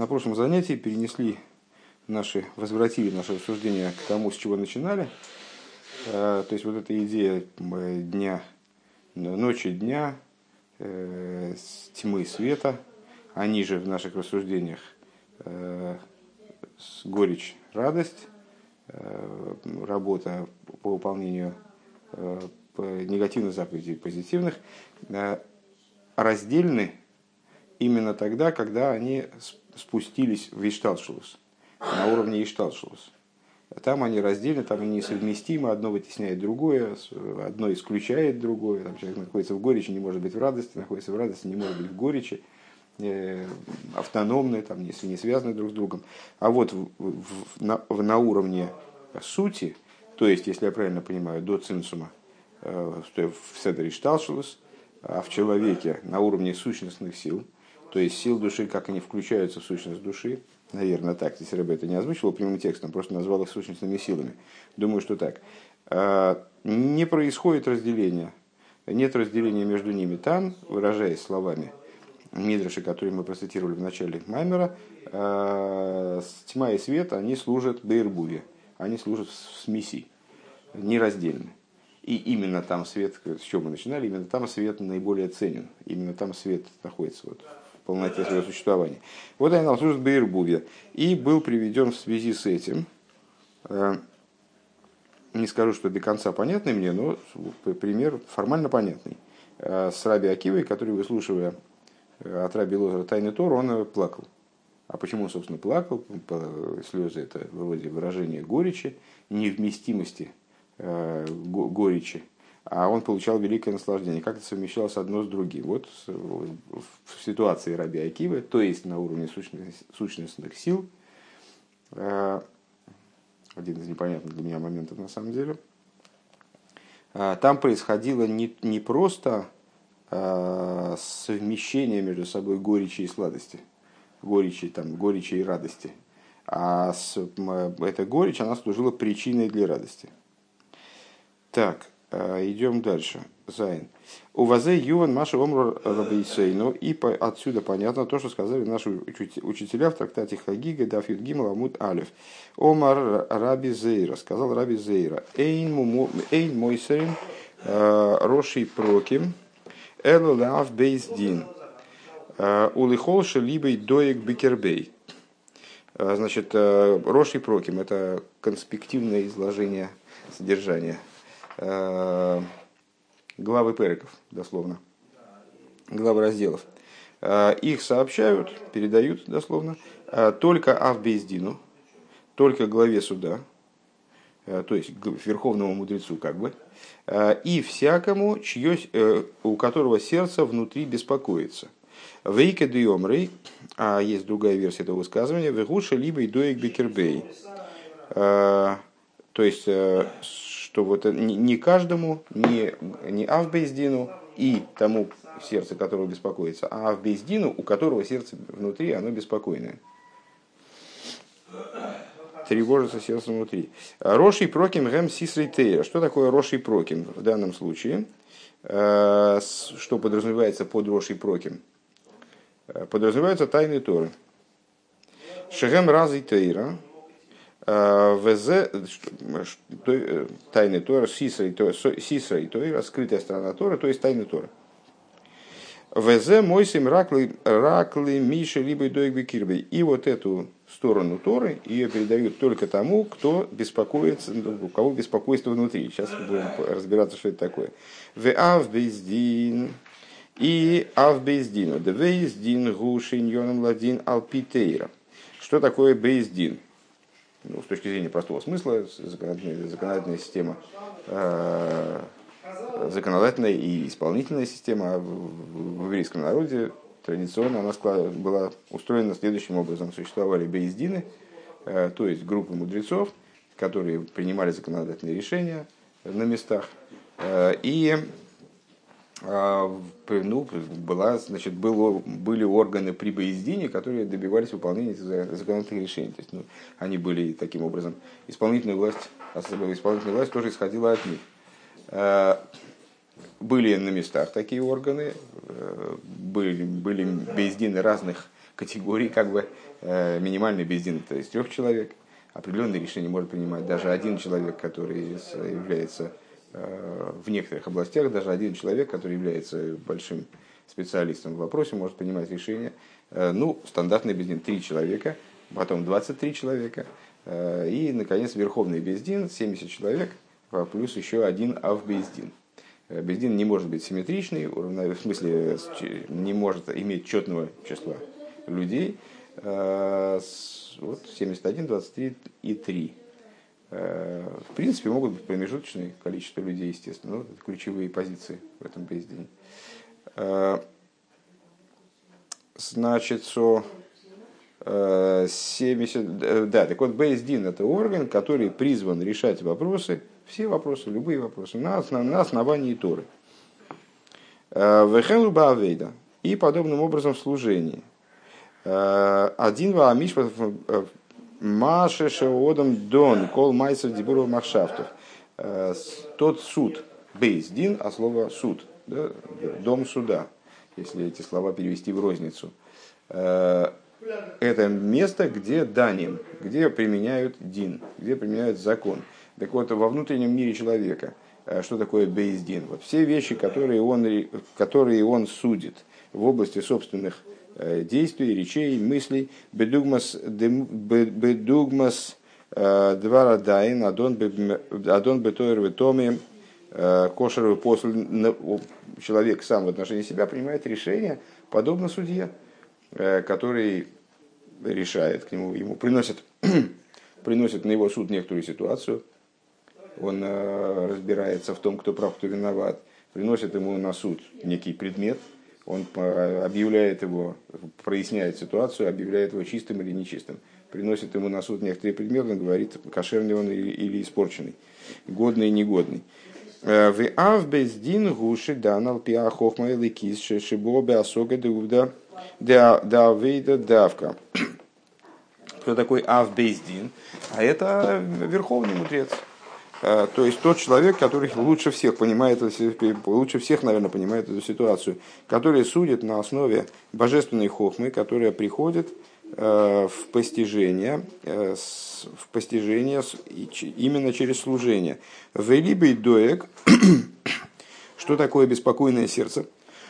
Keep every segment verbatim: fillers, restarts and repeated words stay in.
На прошлом занятии перенесли наши, возвратили наше рассуждение к тому, с чего начинали. То есть вот эта идея дня, ночи дня, тьмы света, они же в наших рассуждениях горечь, радость, работа по выполнению негативных заповедей и позитивных, раздельны именно тогда, когда они спустились в Ишталшелус, на уровне Ишталшелус. Там они раздельны, там они несовместимы, одно вытесняет другое, одно исключает другое. Там человек находится в горечи, не может быть в радости, находится в радости, не может быть в горечи, э, автономны, там, если не связаны друг с другом. А вот в, в, на, на уровне сути, то есть, если я правильно понимаю, до цинсума, э, в седер Ишталшелус, а в человеке на уровне сущностных сил, то есть сил души, как они включаются в сущность души, наверное, так, здесь Ребе это не озвучивал прямым текстом, просто назвал их сущностными силами. Думаю, что так. Не происходит разделения, нет разделения между ними. Там, выражаясь словами Мидраши, которые мы процитировали в начале Маймера, тьма и свет, они служат бейрбуве, они служат в смеси, нераздельны. И именно там свет, с чего мы начинали, именно там свет наиболее ценен, именно там свет находится вот, в полноте своего существования. Вот они нам служат в бейрбуве. И был приведен в связи с этим, не скажу, что до конца понятный мне, но пример формально понятный, с Раби Акивой, который, выслушивая от Раби Лозера Тайны Торы, он плакал. А почему он, собственно, плакал? Слезы – это вроде выражение горечи, невместимости горечи, а он получал великое наслаждение. Как это совмещалось одно с другим? Вот в ситуации Раби Акивы, то есть на уровне сущностных сил, один из непонятных для меня моментов на самом деле, там происходило не, не просто совмещение между собой горечи и сладости, горечи, там, горечи и радости, а с, эта горечь, она служила причиной для радости. Так, идем дальше. Зайн. У вазе юван маша омру рабейсейну. И отсюда понятно то, что сказали наши учителя в трактате Хагига даф юд гимел амуд алеф. Омар раби Зейра. Сказал раби Зейра. Эйн мойсерин роши проким элу лав бейздин. Улихол шелибей доек бикербей. Значит, роши проким — это конспективное изложение содержания. Главы переков, дословно, главы разделов. Их сообщают, передают, дословно, только авбейздину, только главе суда, то есть верховному мудрецу, как бы, и всякому, чье, у которого сердце внутри беспокоится. Вейка диомрей, а есть другая версия этого высказывания, вегуша либо и доек бекербей. То есть, что вот не каждому, не, не авбейздину и тому сердце, которого беспокоится, а авбейздину, у которого сердце внутри, оно беспокойное. Тревожится сердце внутри. Роши проким гэм сисрей тейра. Что такое роши проким в данном случае? Что подразумевается под роши проким? Подразумеваются тайны Торы. Шегэм разый тейра. Тайны Торы, Сисрей Тойра, скрытая сторона Торы, то есть тайны Торы. Везе мойсим ракли миши либо дойгби кирби. И вот эту сторону Торы ее передают только тому, кто беспокоится, у кого беспокойство внутри. Сейчас будем разбираться, что это такое. Ве авбейздин и авбейздину. Девейздин гушин йоном ладин алпитейра. Что такое бейздин? Ну, с точки зрения простого смысла, законодательная, законодательная система, э, законодательная и исполнительная система в, в еврейском народе традиционно она была устроена следующим образом. Существовали бейздины, э, то есть группы мудрецов, которые принимали законодательные решения на местах, э, и ну, была, значит, было, были органы при бейздине, которые добивались выполнения этих законодательных решений. То есть, ну, они были таким образом, исполнительная власть, особенно исполнительная власть тоже исходила от них. Были на местах такие органы, были, были бейздины разных категории как бы минимальный бездин, то есть трех человек. Определенные решения может принимать даже один человек, который является в некоторых областях, даже один человек, который является большим специалистом в вопросе, может принимать решения. Ну, стандартный бездин три человека, потом двадцать три человека, и, наконец, верховный бездин семьдесят человек, плюс еще один авбездин. Бездин не может быть симметричный, в смысле не может иметь четного числа людей. Вот семьдесят один, двадцать три и три. В принципе, могут быть промежуточные количество людей, естественно. Ну, это ключевые позиции в этом бездине. Значит, со семьдесят... Да, так вот, бейздин — это орган, который призван решать вопросы, все вопросы, любые вопросы, на, на, на основании Торы. Вехелу баавейда. И подобным образом в служении. Один ваамиш маше шеодом дон кол майсов дебуров махшафтов. Тот суд, бейздин, а слово суд, да, дом суда, если эти слова перевести в розницу. Это место, где даним, где применяют дин, где применяют закон. Так вот, во внутреннем мире человека, что такое бейздин? Вот все вещи, которые он, которые он судит в области собственных действий, речей, мыслей, бедугмас дварадайн, адон бетойр ветоми, кошеру после человек сам в отношении себя принимает решение, подобно судье, который решает, к нему, ему приносит, приносит на его суд некоторую ситуацию, он разбирается в том, кто прав, кто виноват, приносит ему на суд некий предмет, он объявляет его, проясняет ситуацию, объявляет его чистым или нечистым, приносит ему на суд некоторые предметы, он говорит, кошерный он или, или испорченный, годный и негодный. В авбездин гуши данал пиа хохма или кис шибобе асога деуда давейда давка. Кто такой авбездин? А это верховный мудрец. То есть тот человек, который лучше всех понимает, лучше всех, наверное, понимает эту ситуацию, который судит на основе божественной хохмы, которая приходит в постижение, в постижение именно через служение. Велибей доек, что такое беспокойное сердце?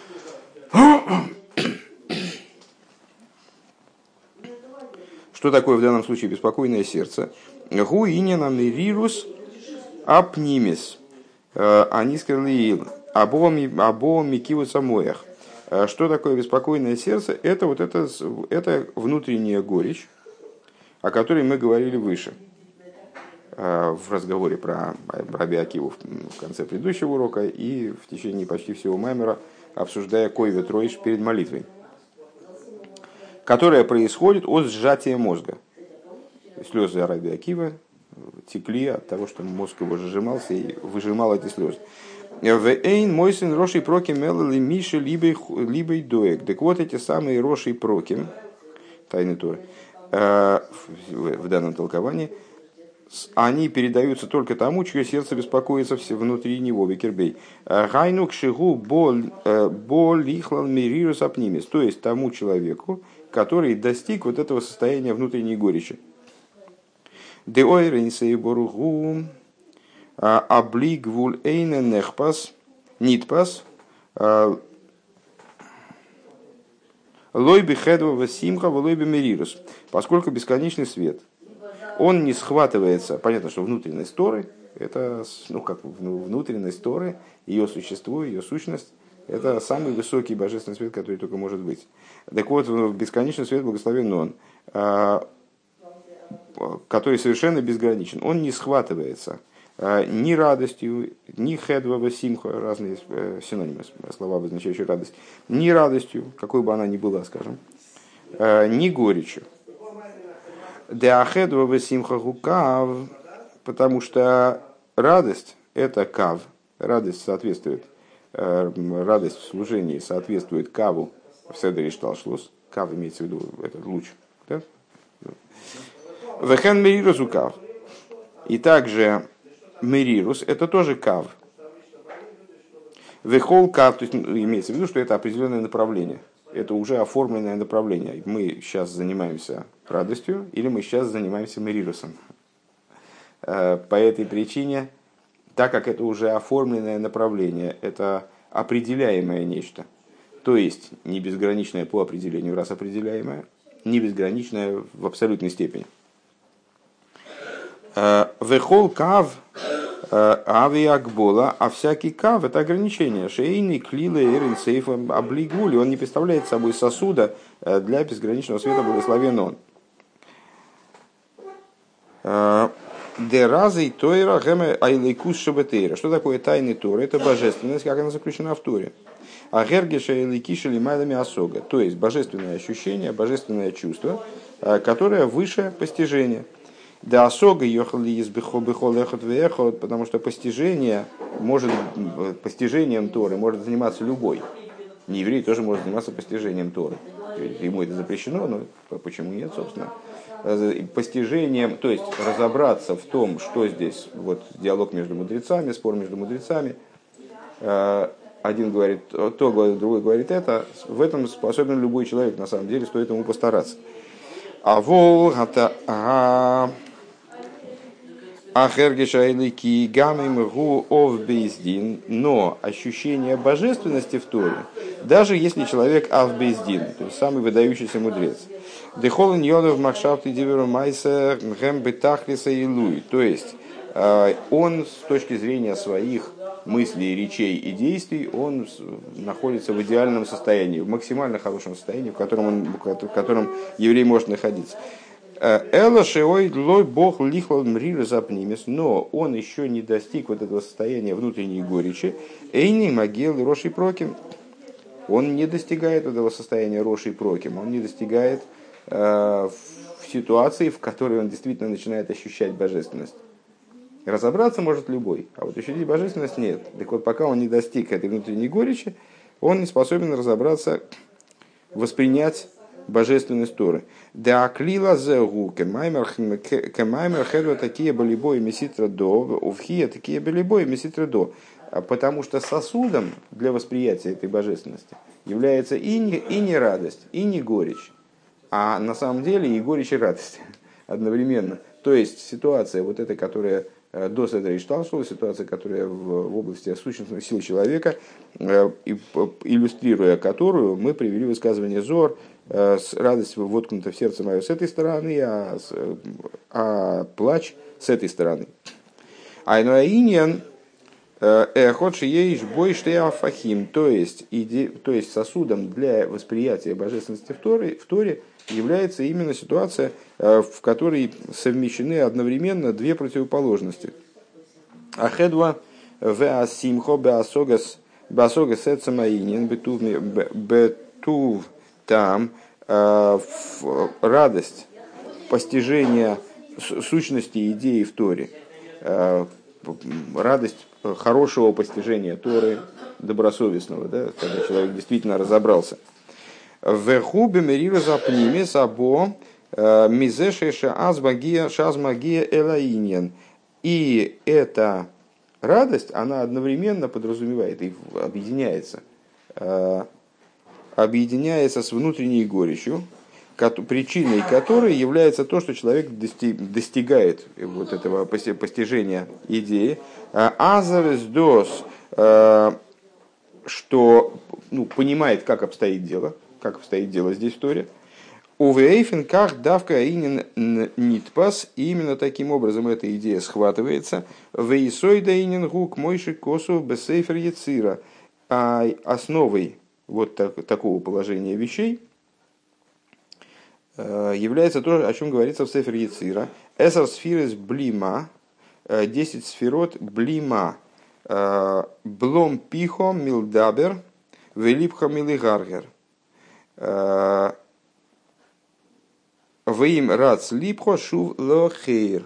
Что такое в данном случае беспокойное сердце? Гуинина мерирус апнимис, анискерлиил, абоам микиву самоях. Что такое беспокойное сердце? Это вот это, это внутренняя горечь, о которой мы говорили выше в разговоре про Раби Акиву в конце предыдущего урока и в течение почти всего маймера, обсуждая койвет ройш перед молитвой, которая происходит от сжатия мозга. Слезы Раби Акива текли от того, что мозг его сжимался и выжимал эти слезы. Вэйн мой сын роши проки мелали миши либой доек. Так вот эти самые роши проки, тайны Торы, в данном толковании, они передаются только тому, чье сердце беспокоится внутри него, викербей. Гайнук шигу бол ихлал мирирус апнимис, то есть тому человеку, который достиг вот этого состояния внутренней горечи. Деойренсей боругу облигвуль эйне нехпас нитпас лойби хедва симха лойби мерирус, поскольку бесконечный свет, он не схватывается. Понятно, что внутренность Торы, это, ну как внутренность Торы, ее существо, ее сущность, это самый высокий божественный свет, который только может быть. Так вот, бесконечный свет, благословен он, который совершенно безграничен, он не схватывается ни радостью, ни хедва симха, разные синонимы, слова, обозначающие радость, ни радостью, какой бы она ни была, скажем, ни горечью. Деахедва симха гукав, потому что радость – это кав, радость соответствует, радость в служении соответствует каву в седере шталшлус, кав имеется в виду этот луч, да? Вехен мерирус у кав. И также мерирус – это тоже кав. Вехол кав, то есть имеется в виду, что это определенное направление. это уже оформленное направление. Мы сейчас занимаемся радостью или мы сейчас занимаемся мерирусом. По этой причине, так как это уже оформленное направление, это определяемое нечто. То есть не безграничное по определению, раз определяемое, не безграничное в абсолютной степени. Вехол кав авиакбола, а всякий кав — это ограничение. Шейный клилы эринсейфа облигули. Он не представляет собой сосуда для безграничного света, благословен он. Деразей тойра гэме айлейкус шабетейра. Что такое тайны Торы? Это божественность, как она заключена в Торе. А гергеша айлейкиша лимайлами осога. То есть божественное ощущение, божественное чувство, которое выше постижения. Да осога ехали из бихол эхот вехот, потому что постижение может, постижением Торы может заниматься любой. Нееврей тоже может заниматься постижением Торы. Ему это запрещено, но почему нет, собственно. Постижением, то есть разобраться в том, что здесь, вот диалог между мудрецами, спор между мудрецами. Один говорит то, другой говорит это. В этом способен любой человек, на самом деле, стоит ему постараться. А вол это Ахергешайлики гамим гу ов бейздин, но ощущение божественности в Торе, даже если человек ав бейздин, то есть самый выдающийся мудрец, дехолен йодов махшафты диверу майса гэм бетахлиса и луи, то есть он с точки зрения своих мыслей, речей и действий, он находится в идеальном состоянии, в максимально хорошем состоянии, в котором, он, в котором еврей может находиться. Эла шеой лой бог лихлал мрира запнимес, но он еще не достиг вот этого состояния внутренней горечи. Эйни могил роши проким. Он не достигает этого состояния роши проким. Он не достигает э, в ситуации, в которой он действительно начинает ощущать божественность. Разобраться может любой, а вот ощутить божественность нет. Так вот, пока он не достиг этой внутренней горечи, он не способен разобраться, воспринять божественность Торы. Да клила зэгу кэмаймер хэдва такие болибои меситра до, увхия такие болибои меситра до. Потому что сосудом для восприятия этой божественности является и не, и не радость, и не горечь, а на самом деле и горечь, и радость одновременно. То есть ситуация вот эта, которая до Седра Ишталшула, ситуация, которая в, в области сущностных сил человека, иллюстрируя которую мы привели высказывание Зор, с радостью воткнута в сердце мое с этой стороны, а, а плач с этой стороны. Айнуаиньян эхот шиеиш бой штеафахим, то есть то есть сосудом для восприятия божественности в Торе, в Торе является именно ситуация, в которой совмещены одновременно две противоположности. Ахедва веасимхо беасогас беасогас эцамаинин бетув там радость постижения сущности идеи в Торе, радость хорошего постижения Торы, добросовестного, да, когда человек действительно разобрался. Вехубе мерира запниме сабо мизешеша азмагия шазмагия элаиньян. И эта радость, она одновременно подразумевает и объединяется, объединяется с внутренней горечью, причиной которой является то, что человек достигает вот этого постижения идеи. Азарес дос, что ну, понимает, как обстоит дело, как обстоит дело здесь в Торе. Увейфен как давка инин нитпас, именно таким образом эта идея схватывается. Вейсойда инин гук мойши косу бесейфер яцира. А основой вот так, такого положения вещей является то, о чем говорится в Сефер Яцира. Эсар сфирес блима, десять сферот блима, блом пихо милдабер, велипхо милигаргер. Вим рац липхо шув лохейр.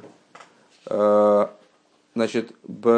Значит,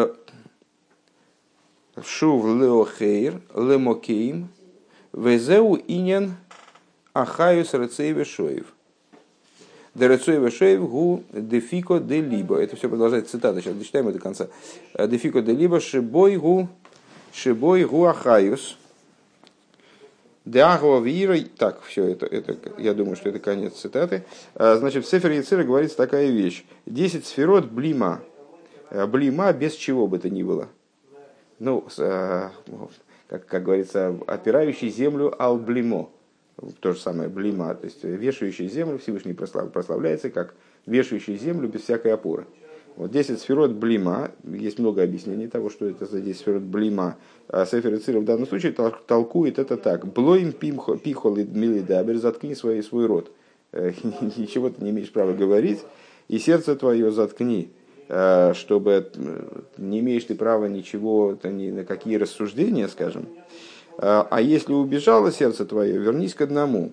шув лохейр, лемокейм, везеу инен ахаюс рецейве шоев. Де рецейве шоев гу дефико де либо. Это все продолжает цитата, сейчас дочитаем это до конца. Дефико де либо шибой гу шибой гу ахаюс. Деагова вира, так, все, это, это, я думаю, что это конец цитаты. Значит, в Сефер Яцира говорится такая вещь. Десять сферот блима. Блима без чего бы то ни было. Ну, как, как говорится, опирающий землю ал-блимо. То же самое блима, то есть вешающий землю, Всевышний прославляется как вешающий землю без всякой опоры. Вот десять сферот блима, есть много объяснений того, что это за десять сферот блима. А Сефер Яцира в данном случае толкует это так. Блоим пихол и милидабер, заткни свой, свой рот. Ничего ты не имеешь права говорить, и сердце твое заткни, чтобы не имеешь ты права ничего, ни на какие рассуждения, скажем. А если убежало сердце твое, вернись к одному.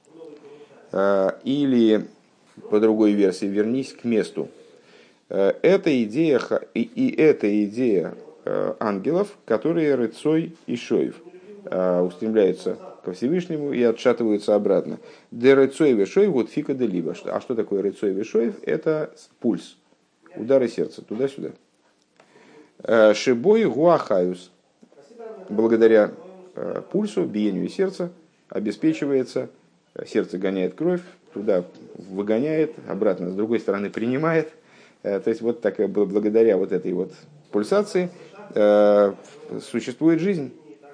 Или, по другой версии, вернись к месту. Это идея, и, и это идея ангелов, которые рыцой и шоев устремляются ко Всевышнему и отшатываются обратно. Де рыцой вешоев, вот фика де либо. А что такое рыцой вешоев? Это пульс, удары сердца, туда-сюда. Шибой гуахаюс. Благодаря пульсу, биению сердца обеспечивается, сердце гоняет кровь, туда выгоняет, обратно с другой стороны принимает. То есть вот так, благодаря вот этой вот пульсации существует жизнь.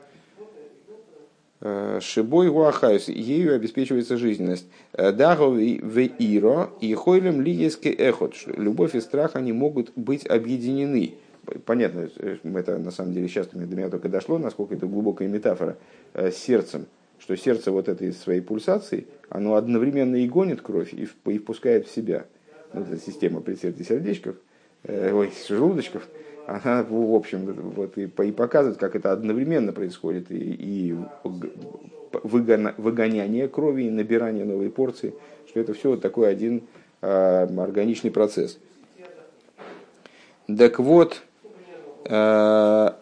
Шибой гуахаюс, ею обеспечивается жизненность. Дагов в иро и хойлем лиески эхот. Любовь и страх, они могут быть объединены. Понятно, это на самом деле сейчас до меня только дошло, насколько это глубокая метафора с сердцем, что сердце вот этой своей пульсацией, оно одновременно и гонит кровь, и впускает в себя. Вот эта система предсердий сердечков, э, ой, желудочков, она, в общем, вот, и, и показывает, как это одновременно происходит, и, и выгоня, выгоняние крови, и набирание новой порции, что это все вот такой один э, органичный процесс. Так вот, э,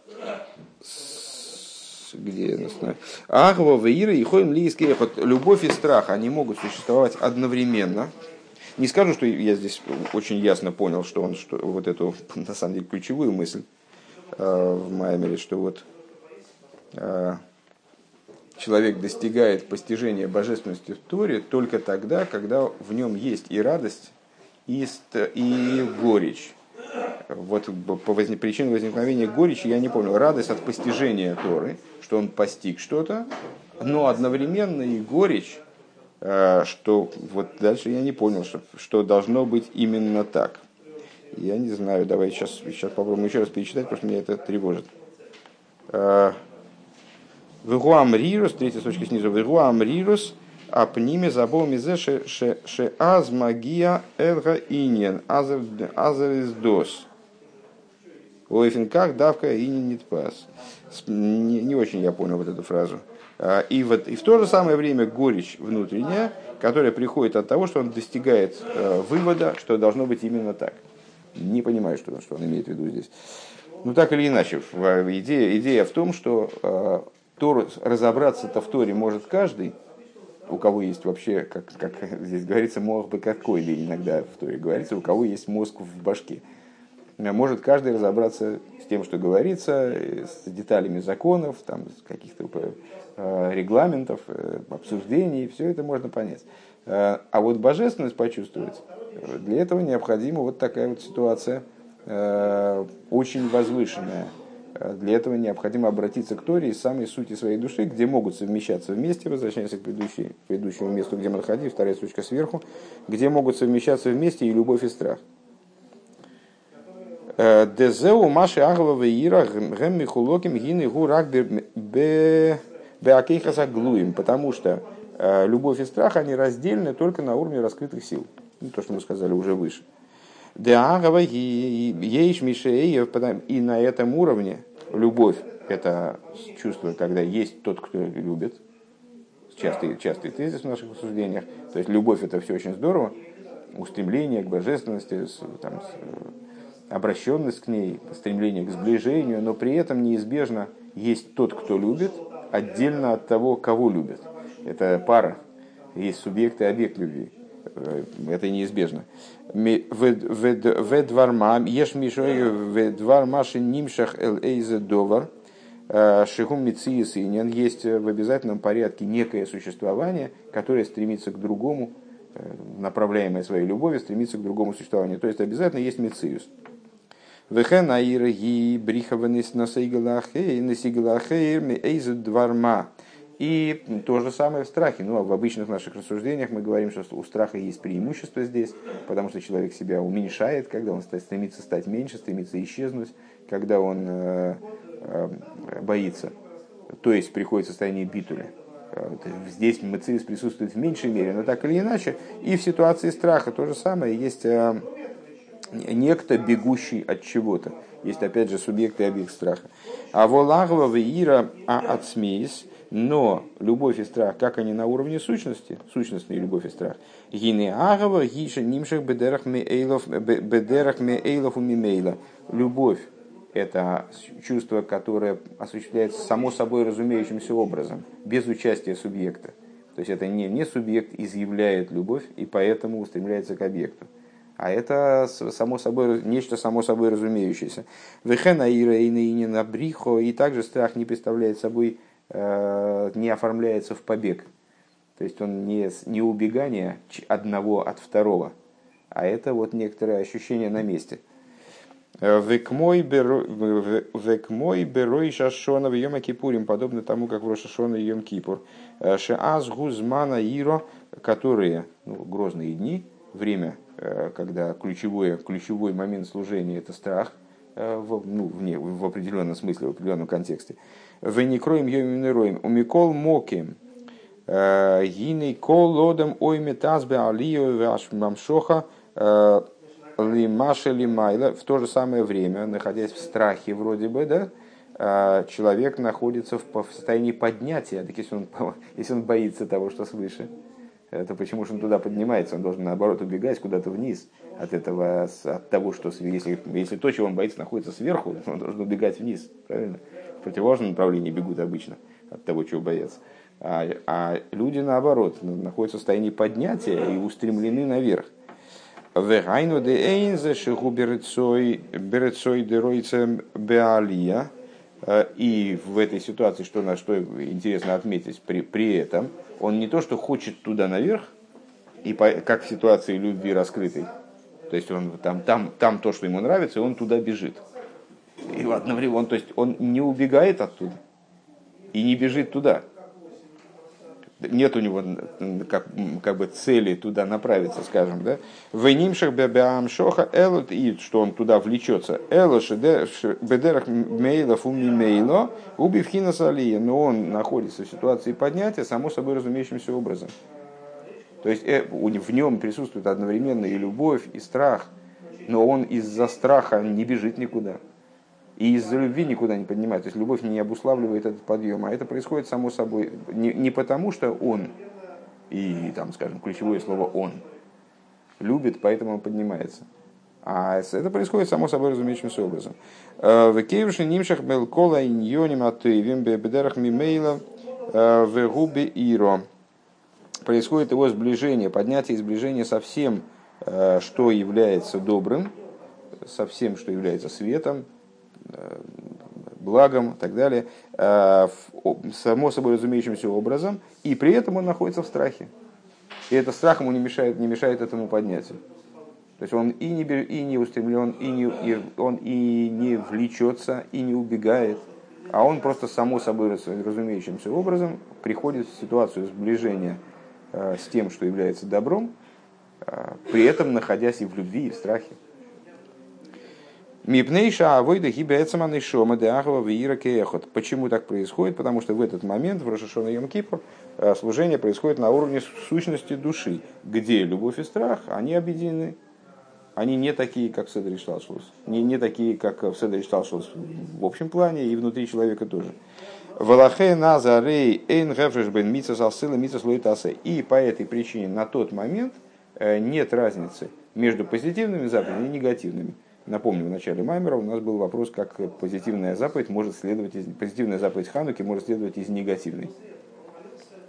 с, где я не знаю, Агва, Веира и Хоим Лийские, любовь и страх, они могут существовать одновременно. Не скажу, что я здесь очень ясно понял, что он, что вот эту, на самом деле, ключевую мысль э, в Маймере, что вот э, человек достигает постижения божественности в Торе только тогда, когда в нем есть и радость, и, и горечь. Вот по возне, причине возникновения горечи я не понял. Радость от постижения Торы, что он постиг что-то, но одновременно и горечь, что вот дальше я не понял, что, что должно быть именно так. Я не знаю, давай сейчас, сейчас попробуем еще раз перечитать, потому что меня это тревожит. Вегуам рирус, третья строчка снизу. Вегуам рирус, а пниме забол мизе ше аз магия элга иньен, азер из дос. В эфинках давка иньен нитпас. Не очень я понял вот эту фразу. И, вот, и в то же самое время горечь внутренняя, которая приходит от того, что он достигает э, вывода, что должно быть именно так. Не понимаю, что, что он имеет в виду здесь. Ну так или иначе, идея, идея в том, что э, Тору, разобраться-то в Торе может каждый, у кого есть вообще, как, как здесь говорится, мозг бы какой, или иногда в Торе говорится, у кого есть мозг в башке. Может каждый разобраться с тем, что говорится, с деталями законов, там, с каких-то регламентов, обсуждений, все это можно понять. А вот божественность почувствовать, для этого необходима вот такая вот ситуация, очень возвышенная. Для этого необходимо обратиться к Торе из самой сути своей души, где могут совмещаться вместе, возвращаясь к предыдущему, к предыдущему месту, где мы находились, вторая строчка сверху, где могут совмещаться вместе и любовь, и страх. Дезеу маши аглова ира гэм михулоким гин игу рак беакейхаса глуим, потому что любовь и страх, они раздельны только на уровне раскрытых сил. Ну, то, что мы сказали уже выше. И на этом уровне любовь – это чувство, когда есть тот, кто любит. Частый, частый тезис в наших рассуждениях. То есть любовь – это все очень здорово. Устремление к божественности, там, обращенность к ней, стремление к сближению. Но при этом неизбежно есть тот, кто любит, отдельно от того, кого любит. Это пара. Есть субъект и объект любви. Это неизбежно. Ведварма, еш мишой ведвармаши нимшах эл эйзе довар, Шигум мициис иньян, есть в обязательном порядке некое существование, которое стремится к другому, направляемое своей любовью, стремится к другому существованию. То есть обязательно есть мициус. Вехен аир ги брихаванис насигалахейр насигалахейр ми эйзет дварма. И то же самое в страхе. Ну, а в обычных наших рассуждениях мы говорим, что у страха есть преимущество здесь, потому что человек себя уменьшает, когда он стремится стать меньше, стремится исчезнуть, когда он э, э, боится. То есть приходит состояние битуля. Здесь мециус присутствует в меньшей мере, но так или иначе. И в ситуации страха то же самое. Есть э, некто, бегущий от чего-то. Есть опять же субъект и объект страха. А волагва веира а ацмейс. Но любовь и страх, как они на уровне сущности, сущностная любовь и страх, гине агава гиша нимших бедерах меэйлов бедерах меэйлов у мимейла. Любовь — это чувство, которое осуществляется само собой разумеющимся образом, без участия субъекта. То есть это не, не субъект изъявляет любовь и поэтому устремляется к объекту, а это само собой, нечто само собой разумеющееся. Вехена ира и на брихо, и также страх не представляет собой, не оформляется в побег. То есть он не, не убегание одного от второго, а это вот некоторое ощущение на месте. Век мой берой шашона в Йом Кипурим, подобно тому, как в Рош Хашана и Йом Кипур. Шеаз гузмана иро, которые, ну, грозные дни, время, когда ключевой, ключевой момент служения — это страх, в, ну, в, не, в определенном смысле, в определенном контексте. В некроем йомим роем у микол моким гиней кол лодом ой метазбе алио ваш мамшоха лимаша лимайла. В то же самое время, находясь в страхе вроде бы, да, человек находится в состоянии поднятия. Так если он, если он боится того, что свыше, то почему же он туда поднимается? Он должен, наоборот, убегать куда-то вниз от этого, от того, что если, если то, чего он боится, находится сверху, он должен убегать вниз, правильно? В противоположном направлении бегут обычно от того, чего боятся. А, а люди, наоборот, находятся в состоянии поднятия и устремлены наверх. И в этой ситуации, что, на что интересно отметить, при, при этом он не то, что хочет туда наверх, и по, как в ситуации любви раскрытой, то есть он там, там, там то, что ему нравится, и он туда бежит. И одновременно, он, то есть он не убегает оттуда и не бежит туда. Нет у него как, как бы цели туда направиться, скажем, да. Венимших бебеам шоха элот, и что он туда влечется. Элош бедерах мейлов уми мейло убивхина салия, но он находится в ситуации поднятия само собой разумеющимся образом. То есть в нем присутствует одновременно и любовь, и страх, но он из-за страха не бежит никуда. И из-за любви никуда не поднимает. То есть любовь не обуславливает этот подъем. А это происходит само собой не, не потому, что он, и там, скажем, ключевое слово «он», любит, поэтому он поднимается. А это происходит само собой разумеющимся образом. В кейвши нимшах мелкола иньоним атывим бебедерах мимейла в губе иро. Происходит его сближение, поднятие и сближение со всем, что является добрым, со всем, что является светом, благом и так далее, само собой разумеющимся образом, и при этом он находится в страхе. И это страх ему не мешает, не мешает этому поднятию. То есть он и не, и не устремлен, и не, и он и не влечется, и не убегает, а он просто само собой разумеющимся образом приходит в ситуацию сближения с тем, что является добром, при этом находясь и в любви, и в страхе. Почему так происходит? Потому что в этот момент, в Рош Хашана и Йом Кипур, служение происходит на уровне сущности души, где любовь и страх, они объединены. Они не такие, как в Седер Ишталшелус, не, не такие, как в Седер Ишталшелус в общем плане и внутри человека тоже. И по этой причине на тот момент нет разницы между позитивными заповедями и негативными. Напомню, в начале Маймера у нас был вопрос, как позитивная заповедь может следовать из, позитивная заповедь Хануки может следовать из негативной.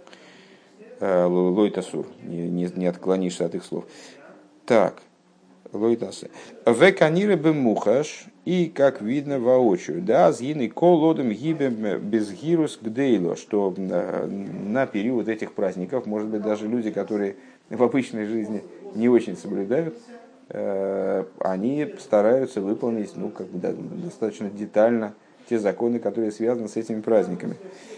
Лой тасур, не, не, не отклонишься от их слов. Так. лойтасы. В канире бемухаш, и как видно воочию, да, згины колодом гибем без гирус гдейло, что на период этих праздников, может быть, даже люди, которые в обычной жизни не очень соблюдают, они стараются выполнить, ну, как бы, да, достаточно детально те законы, которые связаны с этими праздниками.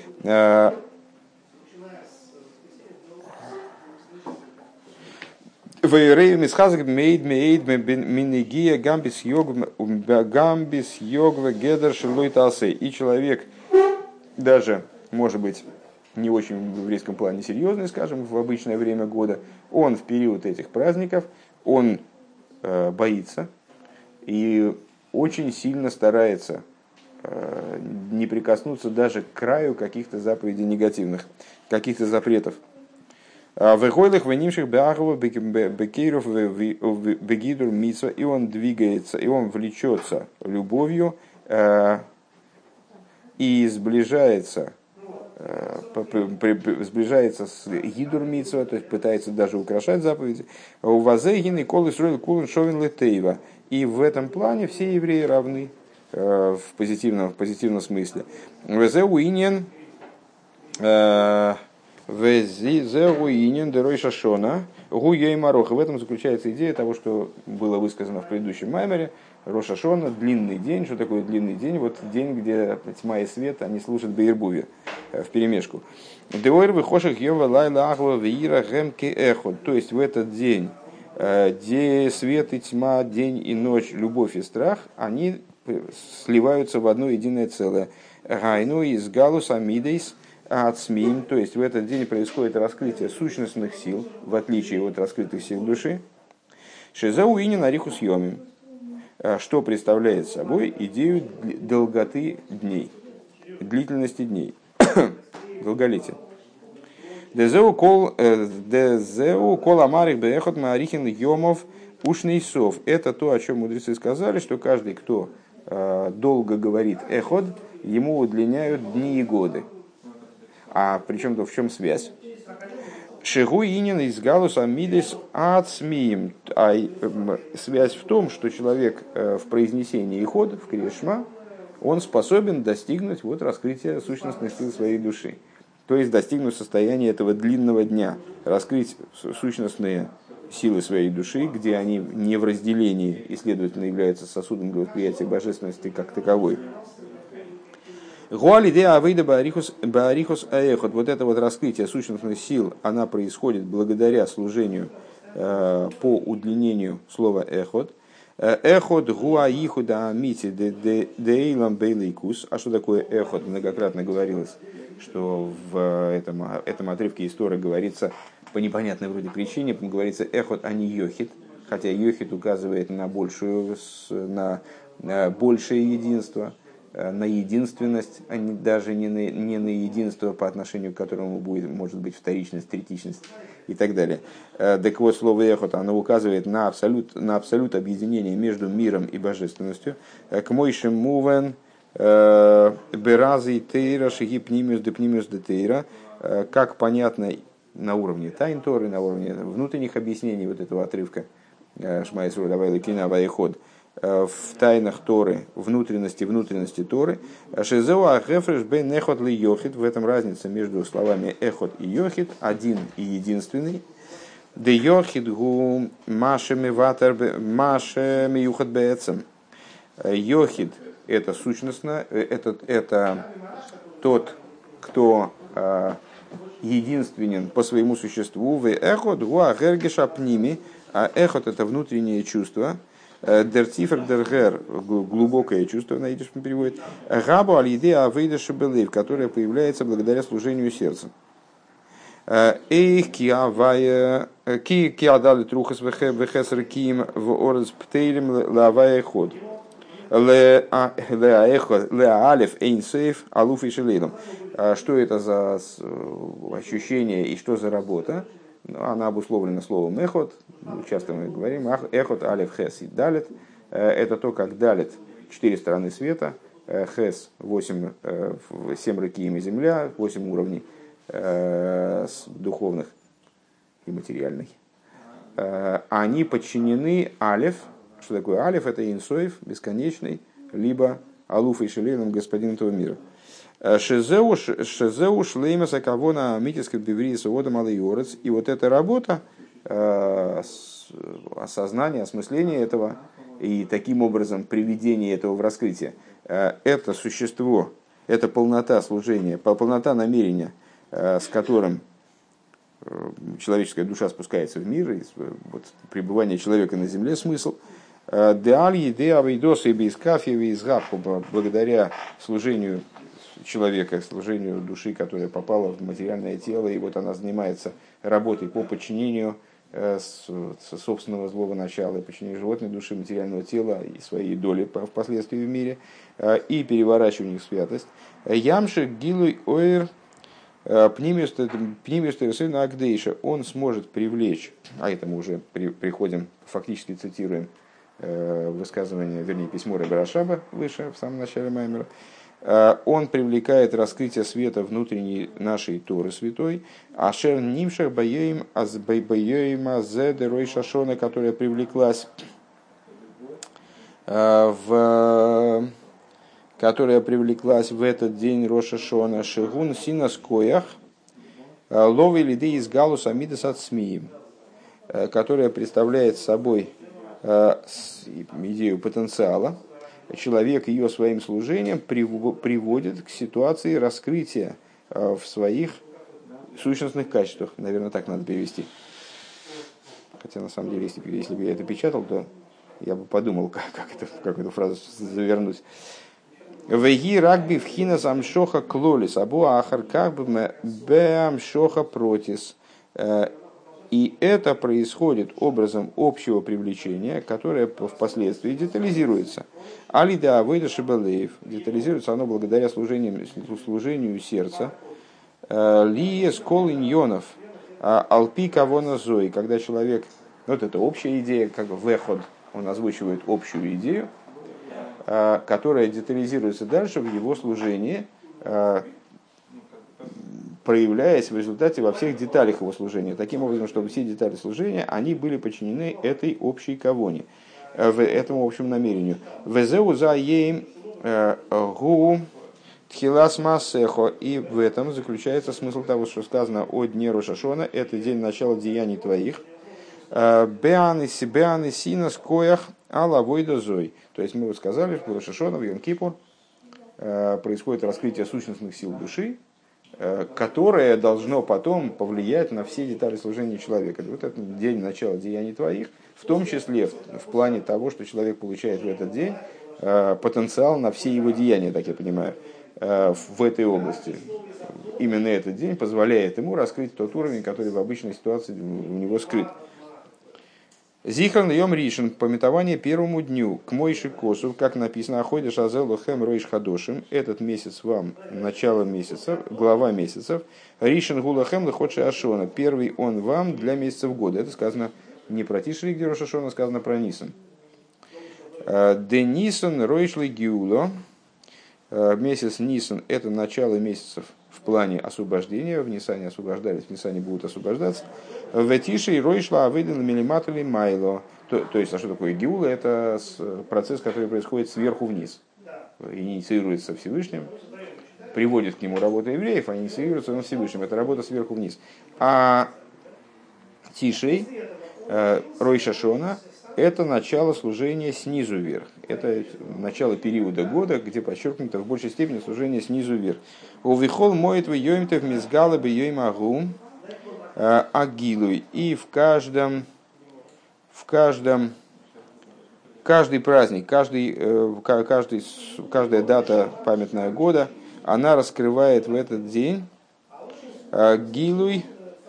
Вейрею мисхазак мейд мейд минигия гамбис йог гамбис йогва гедер шилой талсей. И человек, даже, может быть, не очень в еврейском плане серьезный, скажем, в обычное время года, он в период этих праздников, он э, боится и очень сильно старается э, не прикоснуться даже к краю каких-то заповедей негативных, каких-то запретов. В гойлых венимших беахова бекейров бегидур митсва, и он двигается, и он влечется любовью э, и сближается, э, при, при, сближается с гидур митсва, то есть пытается даже украшать заповеди. У вазейгин и колы строил кулан шовин летейва. И в этом плане все евреи равны э, в позитивном, в позитивном смысле. Везеуинен в этом заключается идея того, что было высказано в предыдущем маймере. Рош Хашона, длинный день. Что такое длинный день? Вот день, где тьма и свет, они служат бейрбуве, в перемешку. То есть в этот день, где свет и тьма, день и ночь, любовь и страх, они сливаются в одно единое целое. Гайну из галус амидейс ацмим, то есть в этот день происходит раскрытие сущностных сил, в отличие от раскрытых сил души. Шизауини нарихус йомим, что представляет собой идею долготы дней, длительности дней, долголетия. Дезеу кол амарих беэхот маарихин йомов ушнейсов. Это то, о чем мудрецы сказали, что каждый, кто долго говорит эход, ему удлиняют дни и годы. А причем-то в чем связь? Шигу инин из галуса мидис ацмиим. А связь в том, что человек в произнесении ход, в кришма, он способен достигнуть вот раскрытия сущностных сил своей души. То есть достигнуть состояния этого длинного дня, раскрыть сущностные силы своей души, где они не в разделении и, следовательно, являются сосудом для восприятия божественности как таковой. Вот это вот раскрытие сущностных сил, она происходит благодаря служению э, по удлинению слова эход. Эход гуа ихуда амити дейлам бейлейкус. А что такое эход? Многократно говорилось, что в этом, этом отрывке истории говорится по непонятной вроде причине, говорится эход, а не йохид. Хотя йохид указывает на, большую, на, на большее единство, на единственность, а не, даже не на, не на единство, по отношению к которому будет, может быть вторичность, третичность и так далее. Так вот, слово «эхот», оно указывает на абсолют, на абсолют объединения между миром и божественностью. К мойшем мувен беразы тейра шиги пнимиус де пнимиус де тейра, как понятно на уровне тайн Торы, на уровне внутренних объяснений вот этого отрывка Шма Исруэль Авай Элокейну Авай Эход, в тайнах Торы, внутренности внутренности Торы. Шезеу ахефреш бен эхот ли йохид. В этом разница между словами эхот и йохид, один и единственный. Де йохид гу машеми ватер машеми юхат беэцем. Йохид — это сущностно, это, это тот, кто э, единственен по своему существу. В эхот гу ахергеша пними. А эхот — это внутреннее чувство. Дерцифер дергер — глубокое чувство, на идишем переводит. Габу аль-иде авейда шебелев, которое появляется благодаря служению сердца. Эйх киавая ки киадали трухас вехесер ким в ораз птейлем лавая ход. Ле алеф эйнсейф алуф и шелейлом. Что это за ощущение и что за работа? Она обусловлена словом эхот. Часто мы говорим эхот, алеф, хес и далет. Это то, как далет четыре стороны света, хес восемь, семь рыкием и земля, восемь уровней духовных и материальных. они подчинены алеф. Что такое алеф? Это инсоев, бесконечный, либо алуф и шелейном, господин этого мира. Шезеу шлейма сакавона митиска биври свода малый орец. И вот эта работа, осознание, осмысление этого и таким образом приведение этого в раскрытие, это существо, это полнота служения, полнота намерения, с которым человеческая душа спускается в мир, и вот пребывание человека на земле смысл. Благодаря служению человека, служению души, которая попала в материальное тело, и вот она занимается работой по подчинению со собственного злого начала, подчинению животной души, материального тела и своей доли впоследствии в мире, и переворачиванию в святость. Ямши гилуй оир пнимиустерсына агдейша, он сможет привлечь, а это мы уже при, приходим, фактически цитируем э, высказывание, вернее, письмо Ребе Рашаба выше, в самом начале Маймера, э, он привлекает раскрытие света внутренней нашей Торы святой, ашер нимшах баёим азбайбаёим азеде рой шашона, которая привлеклась э, в... которая привлеклась в этот день Роша Шона, Шигун Синас Коях, Лови Лиды из Галуса Мидас от Смиим, которая представляет собой идею потенциала. Человек ее своим служением приводит к ситуации раскрытия в своих сущностных качествах. Наверное, так надо перевести. Хотя, на самом деле, если, если бы я это печатал, то я бы подумал, как, как, это, как эту фразу завернуть. Веги рагби в хинас амшоха клолис, абу ахар как бы бе амшоха протис. И это происходит образом общего привлечения, которое впоследствии детализируется. Алида авейда шибалеев. Детализируется оно благодаря служению, служению сердца. Лие скол иньонов. Алпи кавона зои. Когда человек... Вот это общая идея, как веход. Он озвучивает общую идею, которая детализируется дальше в его служении, проявляясь в результате во всех деталях его служения. Таким образом, чтобы все детали служения, они были подчинены этой общей кавоне, этому общему намерению. Везеу за ейм гу тхилас массехо. И в этом заключается смысл того, что сказано о дне Роша Шона. Это день начала деяний твоих. Беаны синас коях ала войда зой. То есть мы вот сказали, что в Рош ха-Шана, в Йом-Кипур происходит раскрытие сущностных сил души, которое должно потом повлиять на все детали служения человека. Вот этот день начала деяний твоих, в том числе в, в плане того, что человек получает в этот день потенциал на все его деяния, так я понимаю, в этой области. Именно этот день позволяет ему раскрыть тот уровень, который в обычной ситуации у него скрыт. Зихран йом ришен, пометование первому дню, к Мойши Косу, как написано, Аходи Шазелу Хэм Ройш Хадошим, этот месяц вам, начало месяца, глава месяцев, Ришен Гула Хэм Лыходши Ашона, первый он вам для месяцев года. Это сказано не про Тишри, где Рош ха-Шана, сказано про Нисан. Де Нисан Ройшли Гиуло, месяц Нисан, это начало месяцев в плане освобождения, в Нисане освобождались, в Нисане будут освобождаться. В Тише и Ройшла Авейден Милиматали Майло. То, то есть, а что такое Геула? Это процесс, который происходит сверху вниз. Инициируется Всевышним, приводит к нему работу евреев, а инициируется он Всевышним. Это работа сверху вниз. А Тишей, Ройш ха-Шона, это начало служения снизу вверх. Это начало периода года, где подчеркнуто в большей степени служение снизу вверх. Увихол моет в йомтев мизгала бы йоймагу агилуй. И в каждом, в каждом, каждый праздник, каждый, каждый, каждая дата памятного года, она раскрывает в этот день гилуй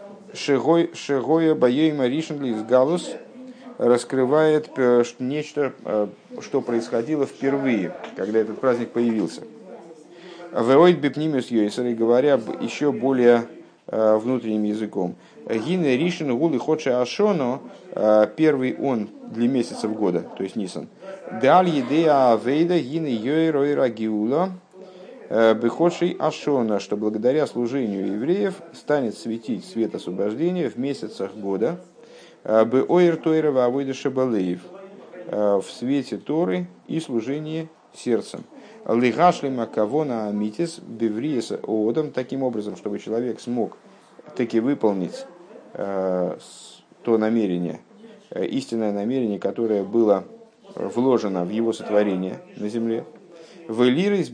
шегоя баейма ришен из галус, раскрывает нечто, что происходило впервые, когда этот праздник появился. Веойд бипнимиус йойсер, говоря еще более внутренним языком. Гине ришен гулы ходше ашоно, первый он для месяцев года, то есть Нисан. Даль едея авейда гине йойройра гиула беходшей ашона, что благодаря служению евреев станет светить свет освобождения в месяцах года. Бы ойр тойрова авойда шабалеев в свете Торы и служении сердцем. Лигашлима кавона амитис бевриеса оодом, таким образом, чтобы человек смог таки выполнить э, то намерение, э, истинное намерение, которое было вложено в его сотворение на земле. В лирис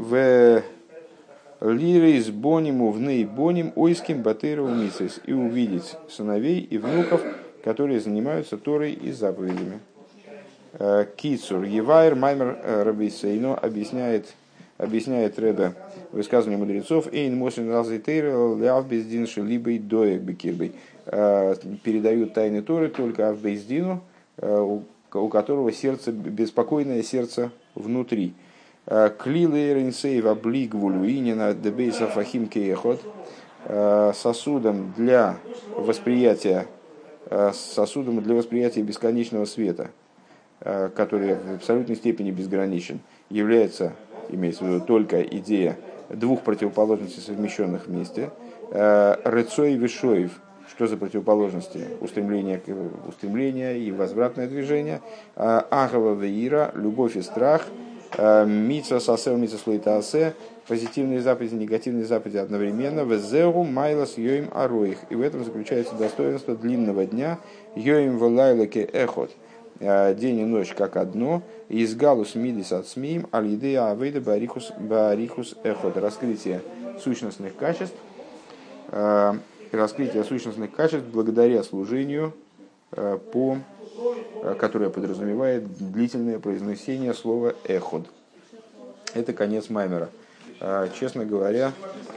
бониму в ней боним ойским батыру мисис, и увидеть сыновей и внуков, которые занимаются Торой и заповедями. Кицур Евайр Маймер Рабисейно объясняет, объясняет Ребе высказывание мудрецов Эйн Мосин Разитейр Ляв Бездинши либо и Доек Бекирбей, передают тайны Торы только Авбейздину, у которого сердце, беспокойное сердце внутри. Клилы Рейнсейв Облигвулю Инина Дебейса Фахим Кейхот, сосудом для восприятия сосудом для восприятия бесконечного света, который в абсолютной степени безграничен, является, имеется в виду, только идея двух противоположностей, совмещенных вместе. Рыцой и Вишоев, что за противоположности? Устремление, устремление и возвратное движение. Агава веира, любовь и страх. Митса сасел, митса слоитаасе, позитивные заповеди, негативные заповеди одновременно. Везеу майлас йоим ароих. И в этом заключается достоинство длинного дня. Йоим валайлаке эхот. День и ночь как одно. Из галус мидис от смиим, алидея авейда барихус барихус эхот. Раскрытие сущностных качеств. Раскрытие сущностных качеств благодаря служению, по, которое подразумевает длительное произнесение слова эход. Это конец маймера. Честно говоря,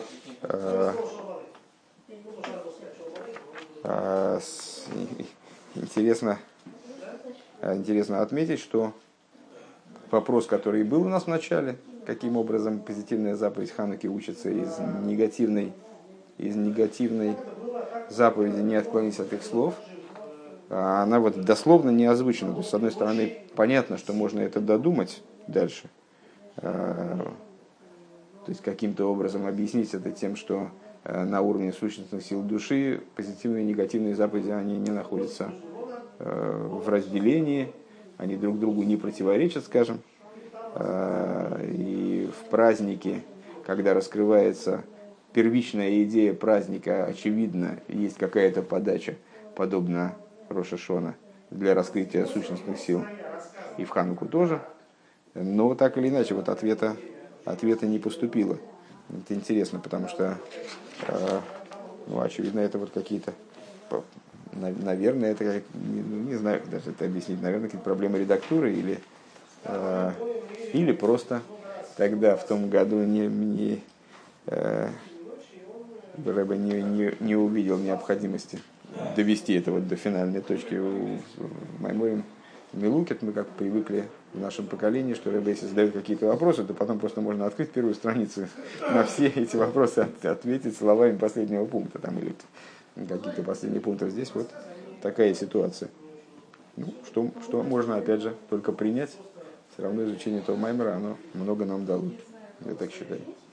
интересно, интересно отметить, что вопрос, который был у нас в начале, каким образом позитивная заповедь Хануки учится из негативной, из негативной заповеди не отклониться от их слов, она вот дословно не озвучена. То есть, с одной стороны, понятно, что можно это додумать дальше. То есть, каким-то образом объяснить это тем, что на уровне сущностных сил души позитивные и негативные заповеди, они не находятся в разделении, они друг другу не противоречат, скажем. И в празднике, когда раскрывается первичная идея праздника, очевидно, есть какая-то подача, подобно Рош ха-Шана, для раскрытия сущностных сил. И в Хануку тоже. Но так или иначе, вот ответа, ответа не поступило. Это интересно, потому что, ну, очевидно, это вот какие-то, наверное, это, не, не знаю, как даже это объяснить, наверное, какие-то проблемы редактуры или, или просто тогда, в том году, не, не, Рэбе не, не, не увидел необходимости довести это вот до финальной точки. В Майморе Милукет мы как привыкли в нашем поколении, что Рэбе, если задают какие-то вопросы, то потом просто можно открыть первую страницу, на все эти вопросы ответить словами последнего пункта, там, или какие-то последние пункты. Здесь вот такая ситуация. Ну, что, что можно, опять же, только принять. Все равно изучение этого Маймера, оно много нам дало. Я так считаю.